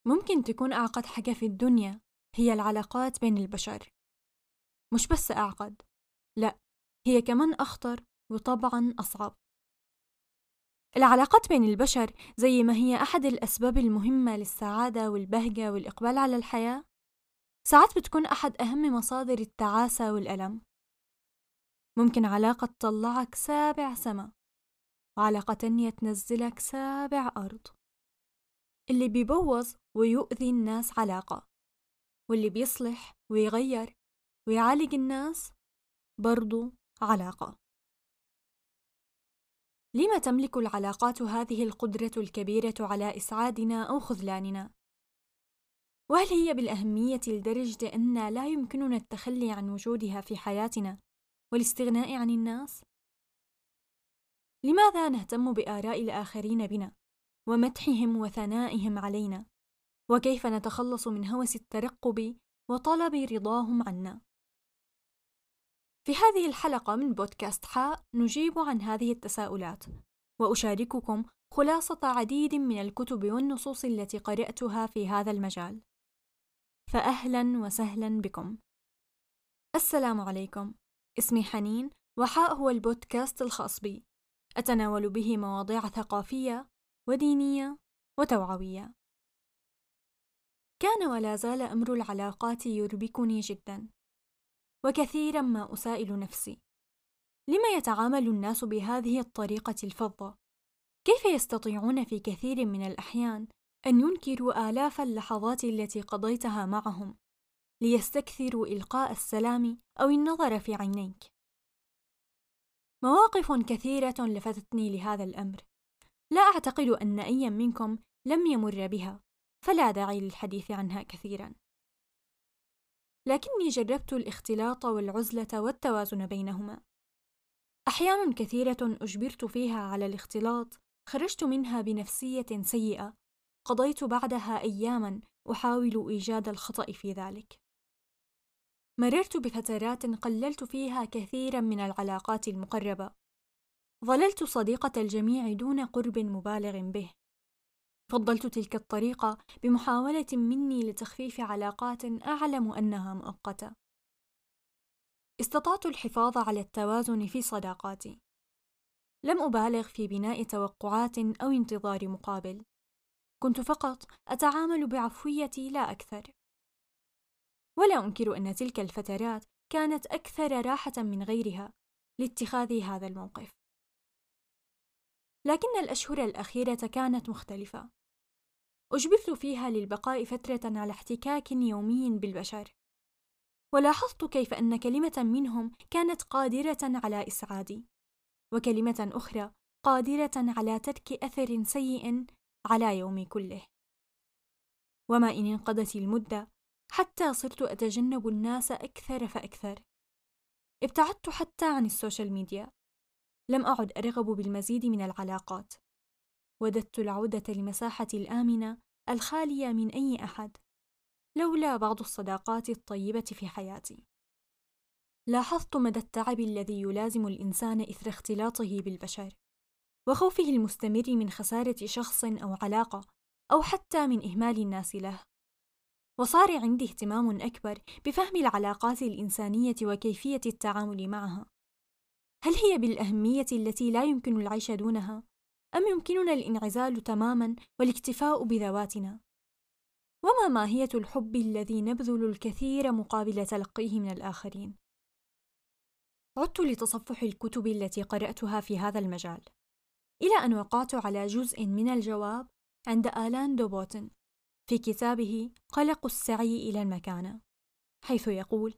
ممكن تكون أعقد حاجة في الدنيا هي العلاقات بين البشر. مش بس أعقد، لأ، هي كمان أخطر وطبعا أصعب. العلاقات بين البشر زي ما هي أحد الأسباب المهمة للسعادة والبهجة والإقبال على الحياة، ساعات بتكون أحد أهم مصادر التعاسة والألم. ممكن علاقة تطلعك سابع سما، وعلاقة تانية تنزلك سابع أرض. اللي بيبوظ ويؤذي الناس علاقة، واللي بيصلح ويغير ويعالج الناس برضو علاقة. لما تملك العلاقات هذه القدرة الكبيرة على إسعادنا أو خذلاننا؟ وهل هي بالأهمية لدرجة أن لا يمكننا التخلي عن وجودها في حياتنا والاستغناء عن الناس؟ لماذا نهتم بآراء الآخرين بنا ومدحهم وثنائهم علينا؟ وكيف نتخلص من هوس الترقب وطلب رضاهم عنا؟ في هذه الحلقة من بودكاست حاء نجيب عن هذه التساؤلات، وأشارككم خلاصة عديد من الكتب والنصوص التي قرأتها في هذا المجال. فأهلا وسهلا بكم. السلام عليكم، اسمي حنين، وحاء هو البودكاست الخاص بي، أتناول به مواضيع ثقافية ودينية وتوعوية. كان ولا زال أمر العلاقات يربكني جدا، وكثيرا ما أسائل نفسي: لما يتعامل الناس بهذه الطريقة الفظة؟ كيف يستطيعون في كثير من الأحيان أن ينكروا آلاف اللحظات التي قضيتها معهم ليستكثروا إلقاء السلام أو النظر في عينيك؟ مواقف كثيرة لفتتني لهذا الأمر، لا أعتقد أن أي منكم لم يمر بها، فلا داعي للحديث عنها كثيرا. لكني جربت الاختلاط والعزلة والتوازن بينهما. أحيان كثيرة أجبرت فيها على الاختلاط، خرجت منها بنفسية سيئة، قضيت بعدها أياما أحاول إيجاد الخطأ في ذلك. مررت بفترات قللت فيها كثيرا من العلاقات المقربة، ظللت صديقة الجميع دون قرب مبالغ به. فضلت تلك الطريقة بمحاولة مني لتخفيف علاقات أعلم أنها مؤقتة. استطعت الحفاظ على التوازن في صداقاتي، لم أبالغ في بناء توقعات أو انتظار مقابل، كنت فقط أتعامل بعفوية لا أكثر. ولا أنكر أن تلك الفترات كانت أكثر راحة من غيرها لاتخاذ هذا الموقف. لكن الأشهر الأخيرة كانت مختلفة، أجبرت فيها للبقاء فترة على احتكاك يومي بالبشر، ولاحظت كيف أن كلمة منهم كانت قادرة على إسعادي، وكلمة أخرى قادرة على ترك أثر سيء على يومي كله. وما إن انقضت المدة حتى صرت أتجنب الناس أكثر فأكثر. ابتعدت حتى عن السوشيال ميديا، لم أعد أرغب بالمزيد من العلاقات. وددت العودة لمساحة الآمنة الخالية من أي أحد، لولا بعض الصداقات الطيبة في حياتي. لاحظت مدى التعب الذي يلازم الإنسان إثر اختلاطه بالبشر، وخوفه المستمر من خسارة شخص أو علاقة، أو حتى من إهمال الناس له. وصار عندي اهتمام أكبر بفهم العلاقات الإنسانية وكيفية التعامل معها. هل هي بالأهمية التي لا يمكن العيش دونها؟ أم يمكننا الانعزال تماما والاكتفاء بذواتنا؟ وما ماهية الحب الذي نبذل الكثير مقابل تلقيه من الآخرين؟ عدت لتصفح الكتب التي قرأتها في هذا المجال، إلى أن وقعت على جزء من الجواب عند آلان دو بوتن في كتابه قلق السعي إلى المكانة، حيث يقول: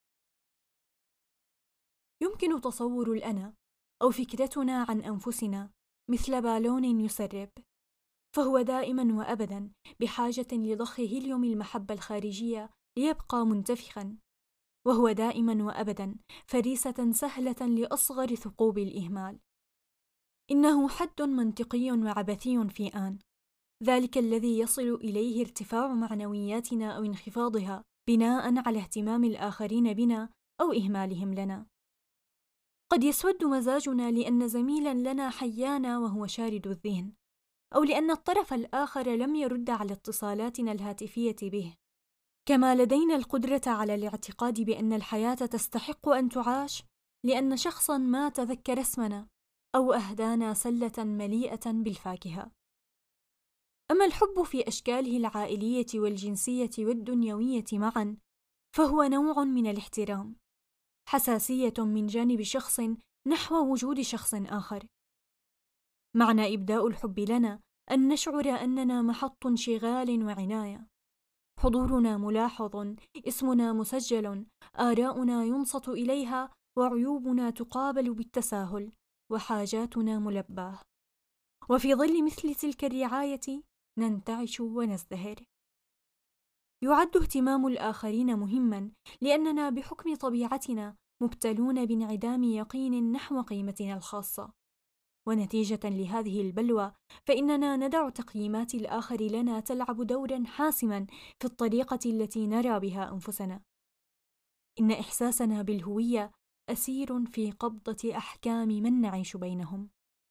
يمكن تصور الأنا أو فكرتنا عن أنفسنا مثل بالون يسرب، فهو دائما وأبدا بحاجة لضخ هيليوم المحبة الخارجية ليبقى منتفخا، وهو دائما وأبدا فريسة سهلة لأصغر ثقوب الإهمال. إنه حد منطقي وعبثي في آن، ذلك الذي يصل إليه ارتفاع معنوياتنا أو انخفاضها بناء على اهتمام الآخرين بنا أو إهمالهم لنا. قد يسود مزاجنا لأن زميلا لنا حيانا وهو شارد الذهن، أو لأن الطرف الآخر لم يرد على اتصالاتنا الهاتفية به. كما لدينا القدرة على الاعتقاد بأن الحياة تستحق أن تعاش لأن شخصاً ما تذكر اسمنا أو أهدانا سلة مليئة بالفاكهة. أما الحب في أشكاله العائلية والجنسية والدنيوية معاً فهو نوع من الاحترام، حساسية من جانب شخص نحو وجود شخص آخر. معنى إبداء الحب لنا أن نشعر أننا محط انشغال وعناية، حضورنا ملاحظ، اسمنا مسجل، آراؤنا ينصت إليها، وعيوبنا تقابل بالتساهل، وحاجاتنا ملباة. وفي ظل مثل تلك الرعاية ننتعش ونزدهر. يعد اهتمام الآخرين مهماً لأننا بحكم طبيعتنا مبتلون بانعدام يقين نحو قيمتنا الخاصة، ونتيجة لهذه البلوى فإننا ندع تقييمات الآخر لنا تلعب دوراً حاسماً في الطريقة التي نرى بها أنفسنا. إن إحساسنا بالهوية أسير في قبضة أحكام من نعيش بينهم.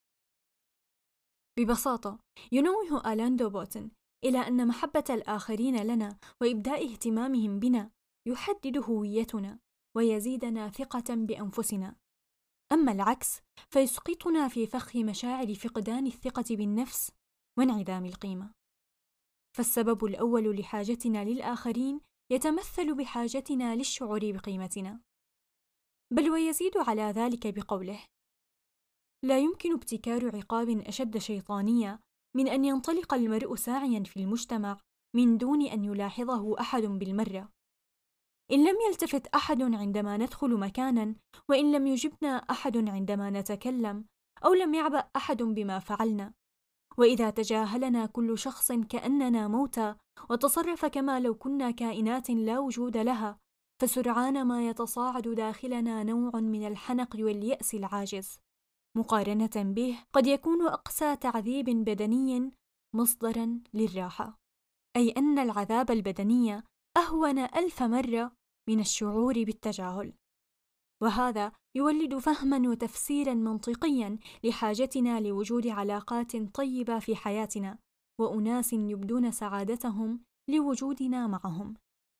ببساطة ينوه آلان دو بوتون إلى أن محبة الآخرين لنا وإبداء اهتمامهم بنا يحدد هويتنا ويزيدنا ثقة بأنفسنا، أما العكس فيسقطنا في فخ مشاعر فقدان الثقة بالنفس وانعدام القيمة. فالسبب الأول لحاجتنا للآخرين يتمثل بحاجتنا للشعور بقيمتنا، بل ويزيد على ذلك بقوله: لا يمكن ابتكار عقاب أشد شيطانية من أن ينطلق المرء ساعياً في المجتمع من دون أن يلاحظه أحد بالمرة. إن لم يلتفت أحد عندما ندخل مكاناً، وإن لم يجبنا أحد عندما نتكلم، أو لم يعبأ أحد بما فعلنا، وإذا تجاهلنا كل شخص كأننا موتى وتصرف كما لو كنا كائنات لا وجود لها، فسرعان ما يتصاعد داخلنا نوع من الحنق واليأس العاجز، مقارنة به قد يكون أقسى تعذيب بدني مصدراً للراحة، أي أن العذاب البدني أهون 1000 مرة من الشعور بالتجاهل. وهذا يولد فهماً وتفسيراً منطقياً لحاجتنا لوجود علاقات طيبة في حياتنا وأناس يبدون سعادتهم لوجودنا معهم.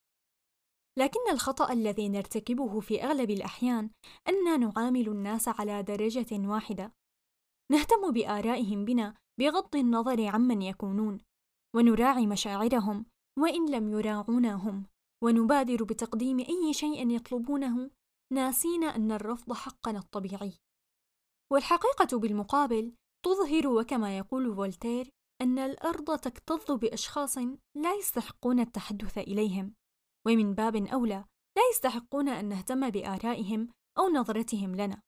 لكن الخطأ الذي نرتكبه في أغلب الأحيان أننا نعامل الناس على درجة واحدة، نهتم بآرائهم بنا بغض النظر عمن يكونون، ونراعي مشاعرهم وإن لم يراعونا هم، ونبادر بتقديم أي شيء يطلبونه ناسين أن الرفض حقنا الطبيعي. والحقيقة بالمقابل تظهر، وكما يقول فولتير، أن الأرض تكتظ بأشخاص لا يستحقون التحدث إليهم، ومن باب أولى لا يستحقون أن نهتم بآرائهم أو نظرتهم لنا.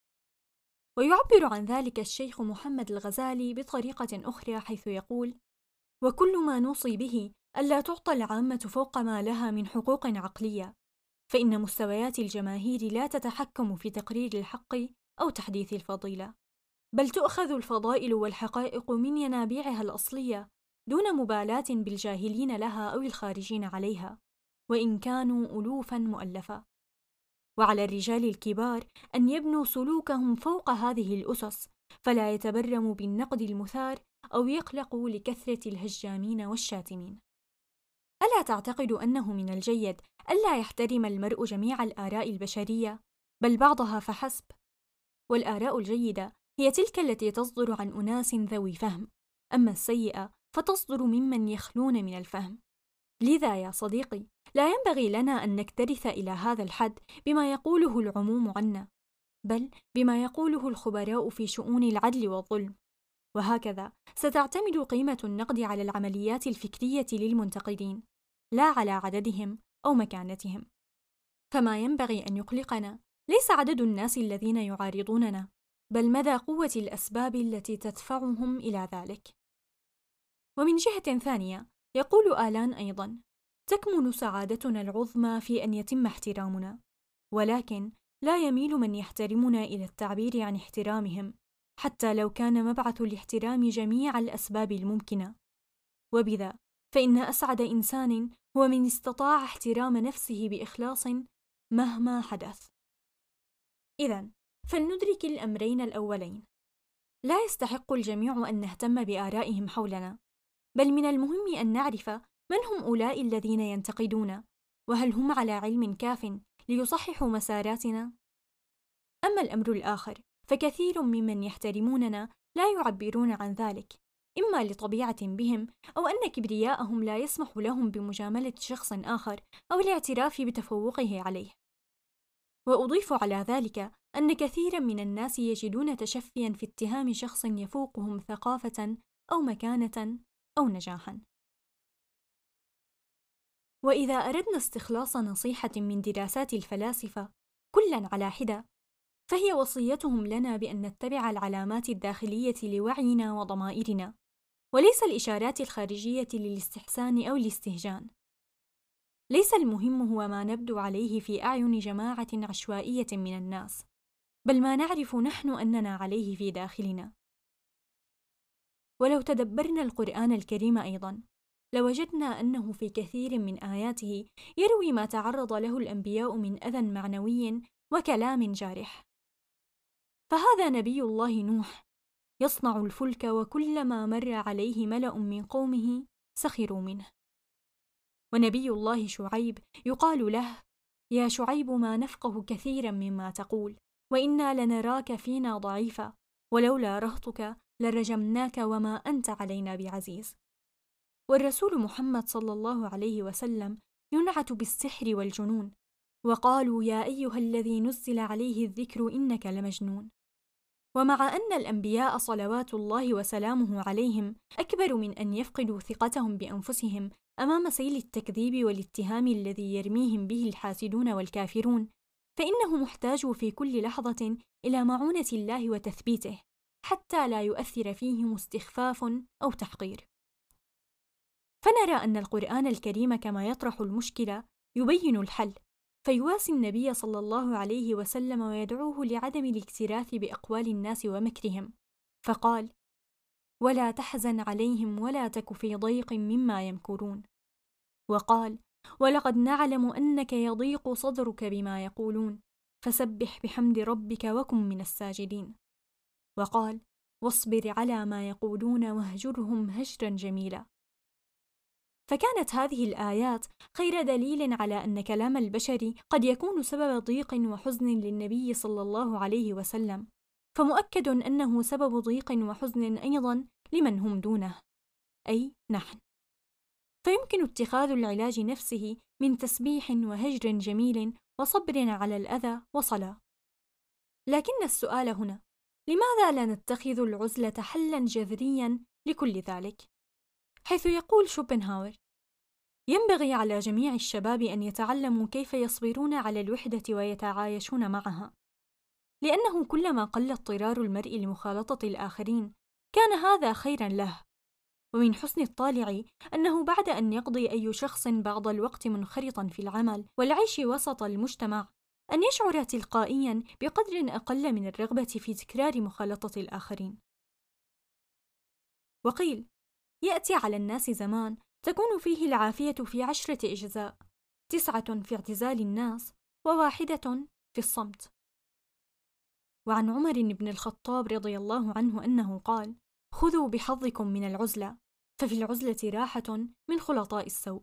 ويعبر عن ذلك الشيخ محمد الغزالي بطريقة أخرى حيث يقول: وكل ما نوصي به ألا تعطى العامة فوق ما لها من حقوق عقلية، فإن مستويات الجماهير لا تتحكم في تقرير الحق أو تحديث الفضيلة، بل تؤخذ الفضائل والحقائق من ينابيعها الأصلية دون مبالاة بالجاهلين لها أو الخارجين عليها، وإن كانوا ألوفاً مؤلفة. وعلى الرجال الكبار أن يبنوا سلوكهم فوق هذه الأسس، فلا يتبرموا بالنقد المثار أو يقلقوا لكثرة الهجامين والشاتمين. ألا تعتقد أنه من الجيد ألا يحترم المرء جميع الآراء البشرية، بل بعضها فحسب؟ والآراء الجيدة هي تلك التي تصدر عن أناس ذوي فهم، أما السيئة فتصدر ممن يخلون من الفهم. لذا يا صديقي، لا ينبغي لنا أن نكترث إلى هذا الحد بما يقوله العموم عنا، بل بما يقوله الخبراء في شؤون العدل والظلم. وهكذا ستعتمد قيمة النقد على العمليات الفكرية للمنتقدين، لا على عددهم أو مكانتهم. فما ينبغي أن يقلقنا ليس عدد الناس الذين يعارضوننا، بل مدى قوة الأسباب التي تدفعهم إلى ذلك. ومن جهة ثانية يقول آلان أيضاً: تكمن سعادتنا العظمى في أن يتم احترامنا، ولكن لا يميل من يحترمنا إلى التعبير عن احترامهم، حتى لو كان مبعث الاحترام جميع الأسباب الممكنة. وبذا فإن أسعد إنسان هو من استطاع احترام نفسه بإخلاص مهما حدث. إذن فلندرك الأمرين الأولين: لا يستحق الجميع أن نهتم بآرائهم حولنا، بل من المهم أن نعرف من هم أولئك الذين ينتقدون، وهل هم على علم كاف ليصححوا مساراتنا؟ أما الأمر الآخر، فكثير ممن يحترموننا لا يعبرون عن ذلك، إما لطبيعة بهم أو أن كبرياءهم لا يسمح لهم بمجاملة شخص آخر أو الاعتراف بتفوقه عليه. وأضيف على ذلك أن كثيرا من الناس يجدون تشفيا في اتهام شخص يفوقهم ثقافة أو مكانة أو نجاحا. وإذا أردنا استخلاص نصيحة من دراسات الفلاسفة كلا على حدة، فهي وصيتهم لنا بأن نتبع العلامات الداخلية لوعينا وضمائرنا، وليس الإشارات الخارجية للاستحسان أو الاستهجان. ليس المهم هو ما نبدو عليه في أعين جماعة عشوائية من الناس، بل ما نعرف نحن أننا عليه في داخلنا. ولو تدبرنا القرآن الكريم أيضاً، لوجدنا أنه في كثير من آياته يروي ما تعرض له الأنبياء من أذى معنوي وكلام جارح. فهذا نبي الله نوح يصنع الفلك وكلما مر عليه ملأ من قومه سخروا منه. ونبي الله شعيب يقال له: يا شعيب ما نفقه كثيرا مما تقول، وإنا لنراك فينا ضعيفا، ولولا رهطك لرجمناك وما أنت علينا بعزيز. والرسول محمد صلى الله عليه وسلم ينعت بالسحر والجنون، وقالوا: يا أيها الذي نزل عليه الذكر إنك لمجنون. ومع أن الأنبياء صلوات الله وسلامه عليهم أكبر من أن يفقدوا ثقتهم بأنفسهم أمام سيل التكذيب والاتهام الذي يرميهم به الحاسدون والكافرون، فإنه محتاج في كل لحظة إلى معونة الله وتثبيته، حتى لا يؤثر فيهم استخفاف أو تحقير. فنرى أن القرآن الكريم كما يطرح المشكلة يبين الحل، فيواسي النبي صلى الله عليه وسلم ويدعوه لعدم الاكتراث بأقوال الناس ومكرهم، فقال: ولا تحزن عليهم ولا تك في ضيق مما يمكرون. وقال: ولقد نعلم أنك يضيق صدرك بما يقولون، فسبح بحمد ربك وكن من الساجدين. وقال: واصبر على ما يقولون واهجرهم هجرا جميلا. فكانت هذه الآيات خير دليل على أن كلام البشر قد يكون سبب ضيق وحزن للنبي صلى الله عليه وسلم، فمؤكد أنه سبب ضيق وحزن أيضا لمن هم دونه، أي نحن. فيمكن اتخاذ العلاج نفسه من تسبيح وهجر جميل وصبر على الأذى وصلاة. لكن السؤال هنا: لماذا لا نتخذ العزلة حلا جذريا لكل ذلك؟ حيث يقول شوبنهاور: ينبغي على جميع الشباب أن يتعلموا كيف يصبرون على الوحدة ويتعايشون معها، لأنه كلما قل اضطرار المرء لمخالطة الآخرين كان هذا خيرا له. ومن حسن الطالع أنه بعد أن يقضي أي شخص بعض الوقت منخرطا في العمل والعيش وسط المجتمع، أن يشعر تلقائيا بقدر أقل من الرغبة في تكرار مخالطة الآخرين. وقيل: يأتي على الناس زمان تكون فيه العافية في 10 أجزاء، 9 في اعتزال الناس و1 في الصمت. وعن عمر بن الخطاب رضي الله عنه أنه قال: خذوا بحظكم من العزلة، ففي العزلة راحة من خلطاء السوء.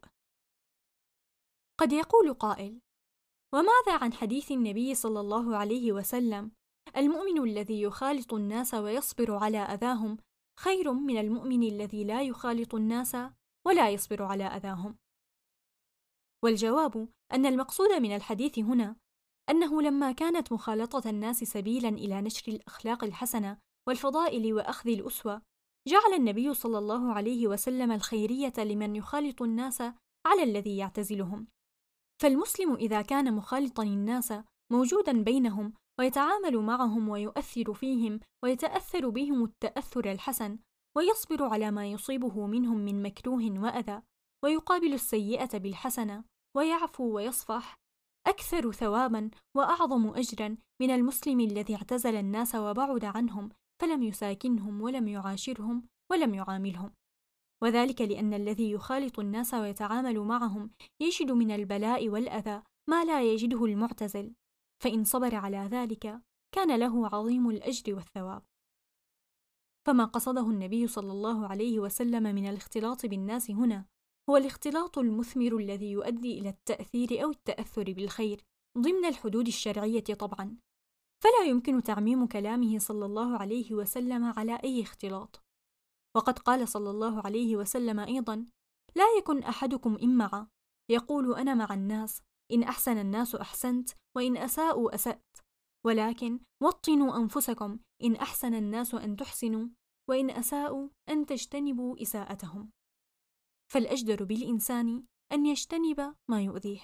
قد يقول قائل: وماذا عن حديث النبي صلى الله عليه وسلم: المؤمن الذي يخالط الناس ويصبر على أذاهم خير من المؤمن الذي لا يخالط الناس ولا يصبر على أذاهم؟ والجواب أن المقصود من الحديث هنا أنه لما كانت مخالطة الناس سبيلا إلى نشر الأخلاق الحسنة والفضائل وأخذ الأسوة، جعل النبي صلى الله عليه وسلم الخيرية لمن يخالط الناس على الذي يعتزلهم. فالمسلم إذا كان مخالطا الناس موجودا بينهم ويتعامل معهم ويؤثر فيهم ويتأثر بهم التأثر الحسن، ويصبر على ما يصيبه منهم من مكروه وأذى، ويقابل السيئة بالحسنة، ويعفو ويصفح، أكثر ثوابا وأعظم أجرا من المسلم الذي اعتزل الناس وبعد عنهم فلم يساكنهم ولم يعاشرهم ولم يعاملهم. وذلك لأن الذي يخالط الناس ويتعامل معهم يجد من البلاء والأذى ما لا يجده المعتزل، فإن صبر على ذلك كان له عظيم الأجر والثواب. فما قصده النبي صلى الله عليه وسلم من الاختلاط بالناس هنا هو الاختلاط المثمر الذي يؤدي إلى التأثير أو التأثر بالخير ضمن الحدود الشرعية طبعا، فلا يمكن تعميم كلامه صلى الله عليه وسلم على أي اختلاط. وقد قال صلى الله عليه وسلم أيضا: لا يكن أحدكم إمعا يقول أنا مع الناس، إن أحسن الناس أحسنت وإن أساءوا أسأت، ولكن وطنوا أنفسكم، إن أحسن الناس أن تحسنوا وإن أساءوا أن تجتنبوا إساءتهم. فالأجدر بالإنسان أن يجتنب ما يؤذيه.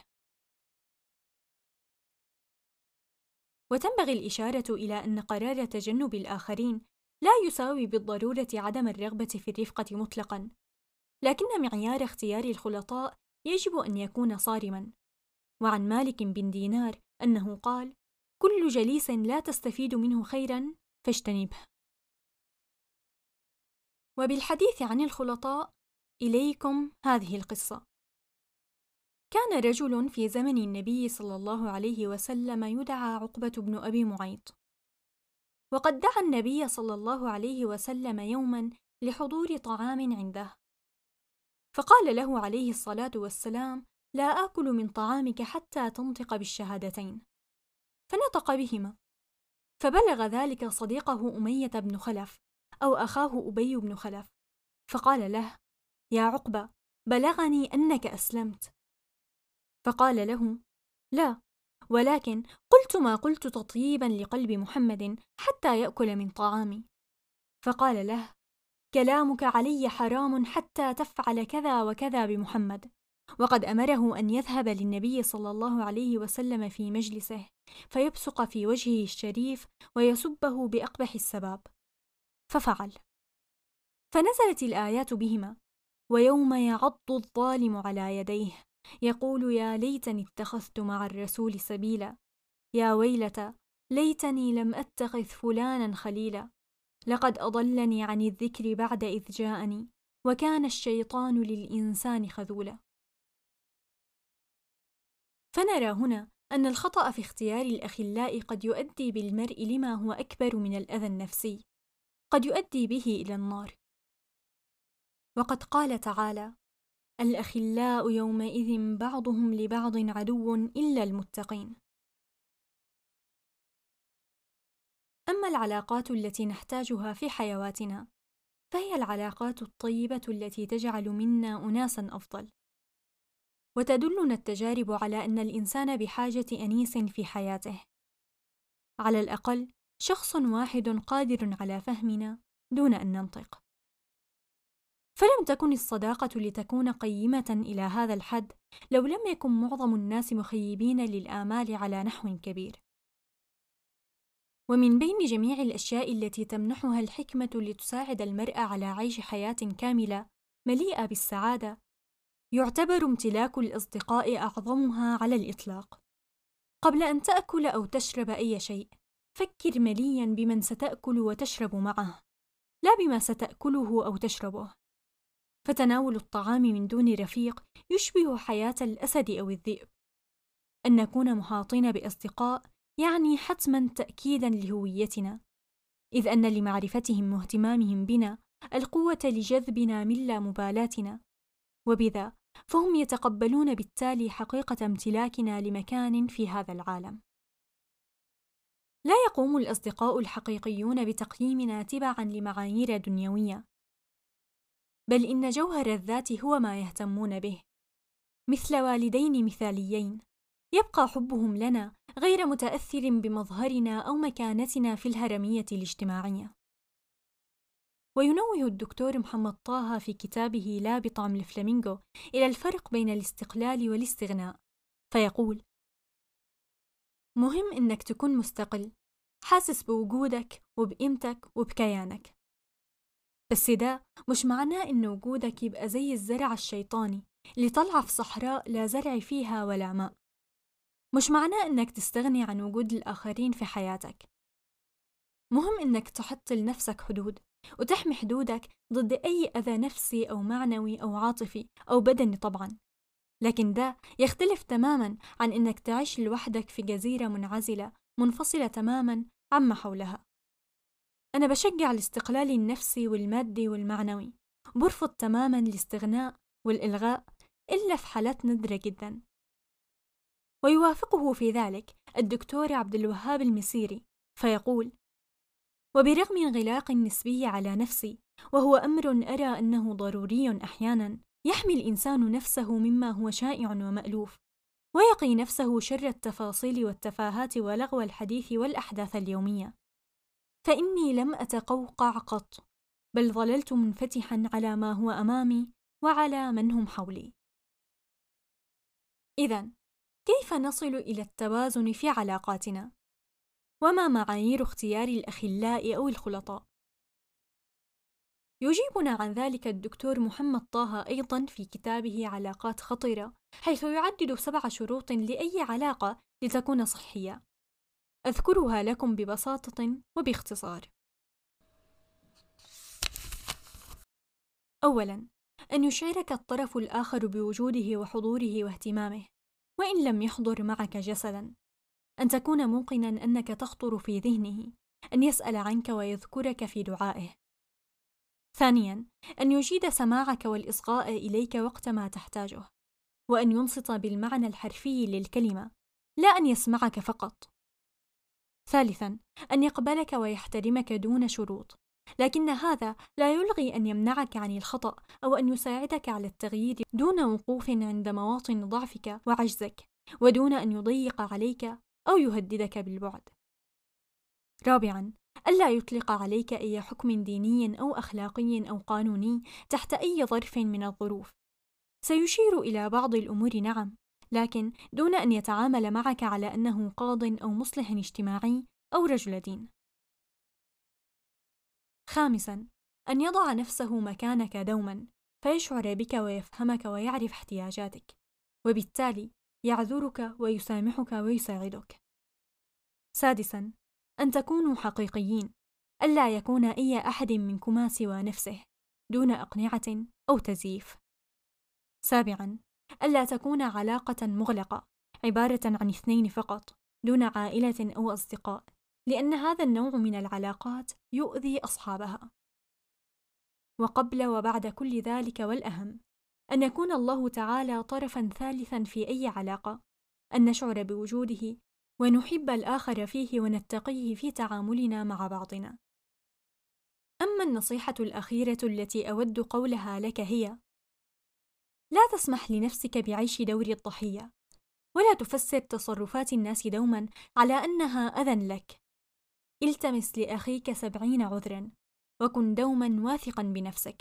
وتنبغي الإشارة إلى أن قرار تجنب الآخرين لا يساوي بالضرورة عدم الرغبة في الرفقة مطلقاً، لكن معيار اختيار الخلطاء يجب أن يكون صارماً. وعن مالك بن دينار أنه قال: كل جليس لا تستفيد منه خيراً فاجتنبه. وبالحديث عن الخلطاء إليكم هذه القصة. كان رجل في زمن النبي صلى الله عليه وسلم يدعى عقبة بن أبي معيط، وقد دعا النبي صلى الله عليه وسلم يوما لحضور طعام عنده، فقال له عليه الصلاة والسلام: لا آكل من طعامك حتى تنطق بالشهادتين، فنطق بهما. فبلغ ذلك صديقه أمية بن خلف أو أخاه أبي بن خلف، فقال له: يا عقبة، بلغني أنك أسلمت. فقال له: لا، ولكن قلت ما قلت تطييبا لقلب محمد حتى يأكل من طعامي. فقال له: كلامك علي حرام حتى تفعل كذا وكذا بمحمد. وقد أمره أن يذهب للنبي صلى الله عليه وسلم في مجلسه فيبصق في وجهه الشريف ويسبه بأقبح السباب، ففعل. فنزلت الآيات بهما: ويوم يعض الظالم على يديه يقول يا ليتني اتخذت مع الرسول سبيلا، يا ويلتى ليتني لم أتخذ فلانا خليلا، لقد أضلني عن الذكر بعد إذ جاءني وكان الشيطان للإنسان خذولا. فنرى هنا أن الخطأ في اختيار الأخلاء قد يؤدي بالمرء لما هو أكبر من الأذى النفسي، قد يؤدي به إلى النار. وقد قال تعالى: الأخلاء يومئذ بعضهم لبعض عدو إلا المتقين. أما العلاقات التي نحتاجها في حيواتنا فهي العلاقات الطيبة التي تجعل منا أناسا أفضل. وتدلنا التجارب على أن الإنسان بحاجة أنيس في حياته، على الأقل شخص واحد قادر على فهمنا دون أن ننطق. فلم تكن الصداقة لتكون قيمة إلى هذا الحد لو لم يكن معظم الناس مخيبين للآمال على نحو كبير. ومن بين جميع الأشياء التي تمنحها الحكمة لتساعد المرء على عيش حياة كاملة مليئة بالسعادة، يعتبر امتلاك الأصدقاء أعظمها على الإطلاق. قبل أن تأكل أو تشرب أي شيء، فكر ملياً بمن ستأكل وتشرب معه، لا بما ستأكله أو تشربه. فتناول الطعام من دون رفيق يشبه حياة الأسد أو الذئب. أن نكون محاطين بأصدقاء يعني حتماً تأكيداً لهويتنا، إذ أن لمعرفتهم واهتمامهم بنا القوة لجذبنا من لا مبالاتنا، وبذا فهم يتقبلون بالتالي حقيقة امتلاكنا لمكان في هذا العالم. لا يقوم الأصدقاء الحقيقيون بتقييمنا تبعاً لمعايير دنيوية، بل إن جوهر الذات هو ما يهتمون به، مثل والدين مثاليين يبقى حبهم لنا غير متأثر بمظهرنا أو مكانتنا في الهرمية الاجتماعية. وينوه الدكتور محمد طه في كتابه لا بطعم الفلامينغو إلى الفرق بين الاستقلال والاستغناء، فيقول: مهم إنك تكون مستقل، حاسس بوجودك وبقيمتك وبكيانك، بس ده مش معناه إن وجودك يبقى زي الزرع الشيطاني اللي طلع في صحراء لا زرع فيها ولا ماء. مش معناه إنك تستغني عن وجود الآخرين في حياتك. مهم إنك تحط لنفسك حدود وتحمي حدودك ضد أي أذى نفسي أو معنوي أو عاطفي أو بدني طبعاً، لكن ده يختلف تماماً عن إنك تعيش لوحدك في جزيرة منعزلة منفصلة تماماً عما حولها. أنا بشجع الاستقلال النفسي والمادي والمعنوي، برفض تماما الاستغناء والإلغاء إلا في حالات نادرة جدا. ويوافقه في ذلك الدكتور عبد الوهاب المسيري فيقول: وبرغم انغلاق النسبي على نفسي، وهو أمر أرى أنه ضروري أحيانا، يحمي الإنسان نفسه مما هو شائع ومألوف، ويقي نفسه شر التفاصيل والتفاهات ولغو الحديث والأحداث اليومية، فإني لم أتقوقع قط، بل ظللت منفتحا على ما هو أمامي وعلى من هم حولي. إذن، كيف نصل إلى التوازن في علاقاتنا؟ وما معايير اختيار الأخلاء أو الخلطاء؟ يجيبنا عن ذلك الدكتور محمد طه أيضا في كتابه علاقات خطرة، حيث يعدد 7 شروط لأي علاقة لتكون صحية، أذكرها لكم ببساطة وباختصار. أولاً، أن يشعرك الطرف الآخر بوجوده وحضوره واهتمامه، وإن لم يحضر معك جسداً، أن تكون موقناً أنك تخطر في ذهنه، أن يسأل عنك ويذكرك في دعائه. ثانياً، أن يجيد سماعك والإصغاء إليك وقت ما تحتاجه، وأن ينصت بالمعنى الحرفي للكلمة، لا أن يسمعك فقط. ثالثاً، أن يقبلك ويحترمك دون شروط، لكن هذا لا يلغي أن يمنعك عن الخطأ أو أن يساعدك على التغيير دون وقوف عند مواطن ضعفك وعجزك، ودون أن يضيق عليك أو يهددك بالبعد. رابعاً، ألا يطلق عليك أي حكم ديني أو أخلاقي أو قانوني تحت أي ظرف من الظروف. سيشير إلى بعض الأمور نعم، لكن دون أن يتعامل معك على أنه قاض أو مصلح اجتماعي أو رجل دين. خامساً، أن يضع نفسه مكانك دوماً، فيشعر بك ويفهمك ويعرف احتياجاتك، وبالتالي يعذرك ويسامحك ويساعدك. سادساً، أن تكونوا حقيقيين، ألا يكون أي أحد منكما سوى نفسه، دون أقنعة أو تزييف. سابعاً، ألا تكون علاقة مغلقة، عبارة عن 2 فقط، دون عائلة أو أصدقاء، لأن هذا النوع من العلاقات يؤذي أصحابها. وقبل وبعد كل ذلك والأهم، أن يكون الله تعالى طرفاً ثالثاً في أي علاقة، أن نشعر بوجوده ونحب الآخر فيه ونتقيه في تعاملنا مع بعضنا. أما النصيحة الأخيرة التي أود قولها لك هي: لا تسمح لنفسك بعيش دور الضحية، ولا تفسر تصرفات الناس دوما على أنها أذى لك. التمس لأخيك 70 عذرا، وكن دوما واثقا بنفسك.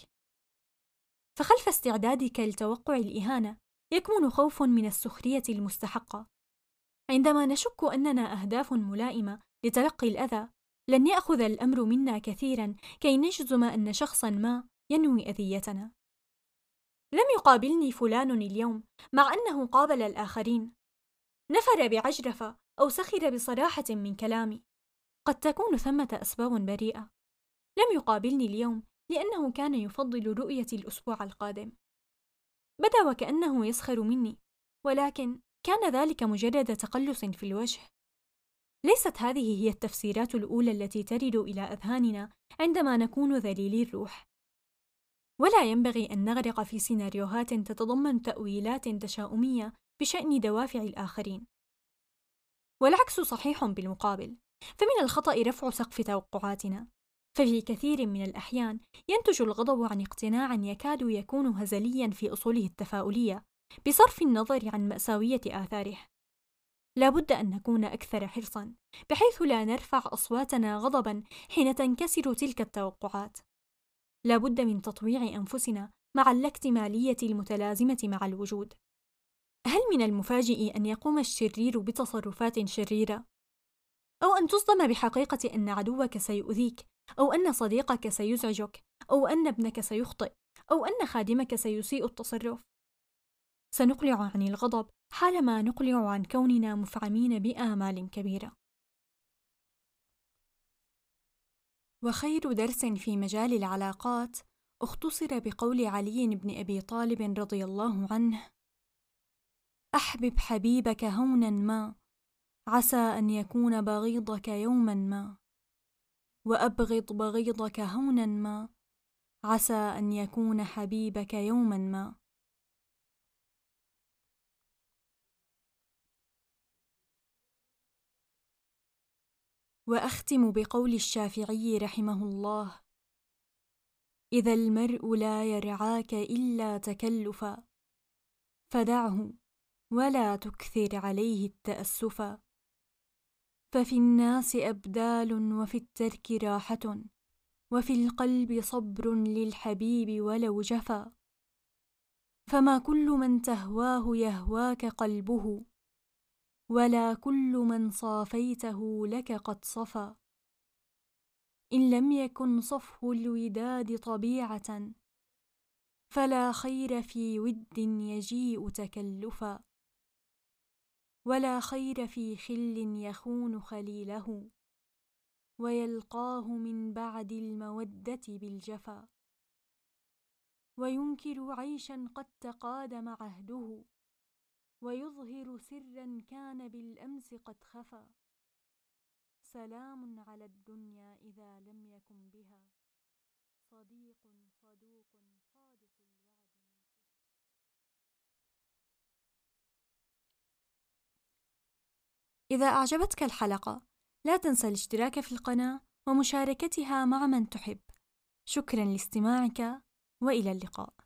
فخلف استعدادك لتوقع الإهانة يكمن خوف من السخرية المستحقة. عندما نشك أننا أهداف ملائمة لتلقي الأذى، لن يأخذ الأمر منا كثيرا كي نجزم أن شخصا ما ينوي أذيتنا. لم يقابلني فلان اليوم مع أنه قابل الآخرين، نفر بعجرفة أو سخر بصراحة من كلامي، قد تكون ثمة أسباب بريئة. لم يقابلني اليوم لأنه كان يفضل رؤيتي الأسبوع القادم، بدا وكأنه يسخر مني، ولكن كان ذلك مجرد تقلص في الوجه. ليست هذه هي التفسيرات الأولى التي ترد إلى أذهاننا عندما نكون ذليلي الروح، ولا ينبغي أن نغرق في سيناريوهات تتضمن تأويلات تشاؤمية بشأن دوافع الآخرين. والعكس صحيح بالمقابل، فمن الخطأ رفع سقف توقعاتنا، ففي كثير من الأحيان ينتج الغضب عن اقتناع يكاد يكون هزليا في أصوله التفاؤلية، بصرف النظر عن مأساوية آثاره. لا بد أن نكون أكثر حرصا، بحيث لا نرفع أصواتنا غضبا حين تنكسر تلك التوقعات. لا بد من تطويع أنفسنا مع الاكتمالية المتلازمة مع الوجود. هل من المفاجئ أن يقوم الشرير بتصرفات شريرة؟ أو أن تصدم بحقيقة أن عدوك سيؤذيك، أو أن صديقك سيزعجك، أو أن ابنك سيخطئ، أو أن خادمك سيسيء التصرف؟ سنقلع عن الغضب حالما نقلع عن كوننا مفعمين بآمال كبيرة. وخير درس في مجال العلاقات اختصر بقول علي بن أبي طالب رضي الله عنه: أحبب حبيبك هونا ما، عسى أن يكون بغيضك يوما ما. وأبغض بغيضك هونا ما، عسى أن يكون حبيبك يوما ما. وأختم بقول الشافعي رحمه الله: إذا المرء لا يرعاك إلا تكلفا، فدعه ولا تكثر عليه التأسفا، ففي الناس أبدال وفي الترك راحة، وفي القلب صبر للحبيب ولو جفا، فما كل من تهواه يهواك قلبه، ولا كل من صافيته لك قد صفا، إن لم يكن صفو الوداد طبيعة، فلا خير في ود يجيء تكلفا، ولا خير في خل يخون خليله، ويلقاه من بعد المودة بالجفا، وينكر عيشا قد تقادم عهده، ويظهر سرا كان بالأمس قد خفا، سلام على الدنيا إذا لم يكن بها صديق صدوق صادق الوعد منصفا. إذا أعجبتك الحلقة لا تنسى الاشتراك في القناة ومشاركتها مع من تحب. شكرا لاستماعك، وإلى اللقاء.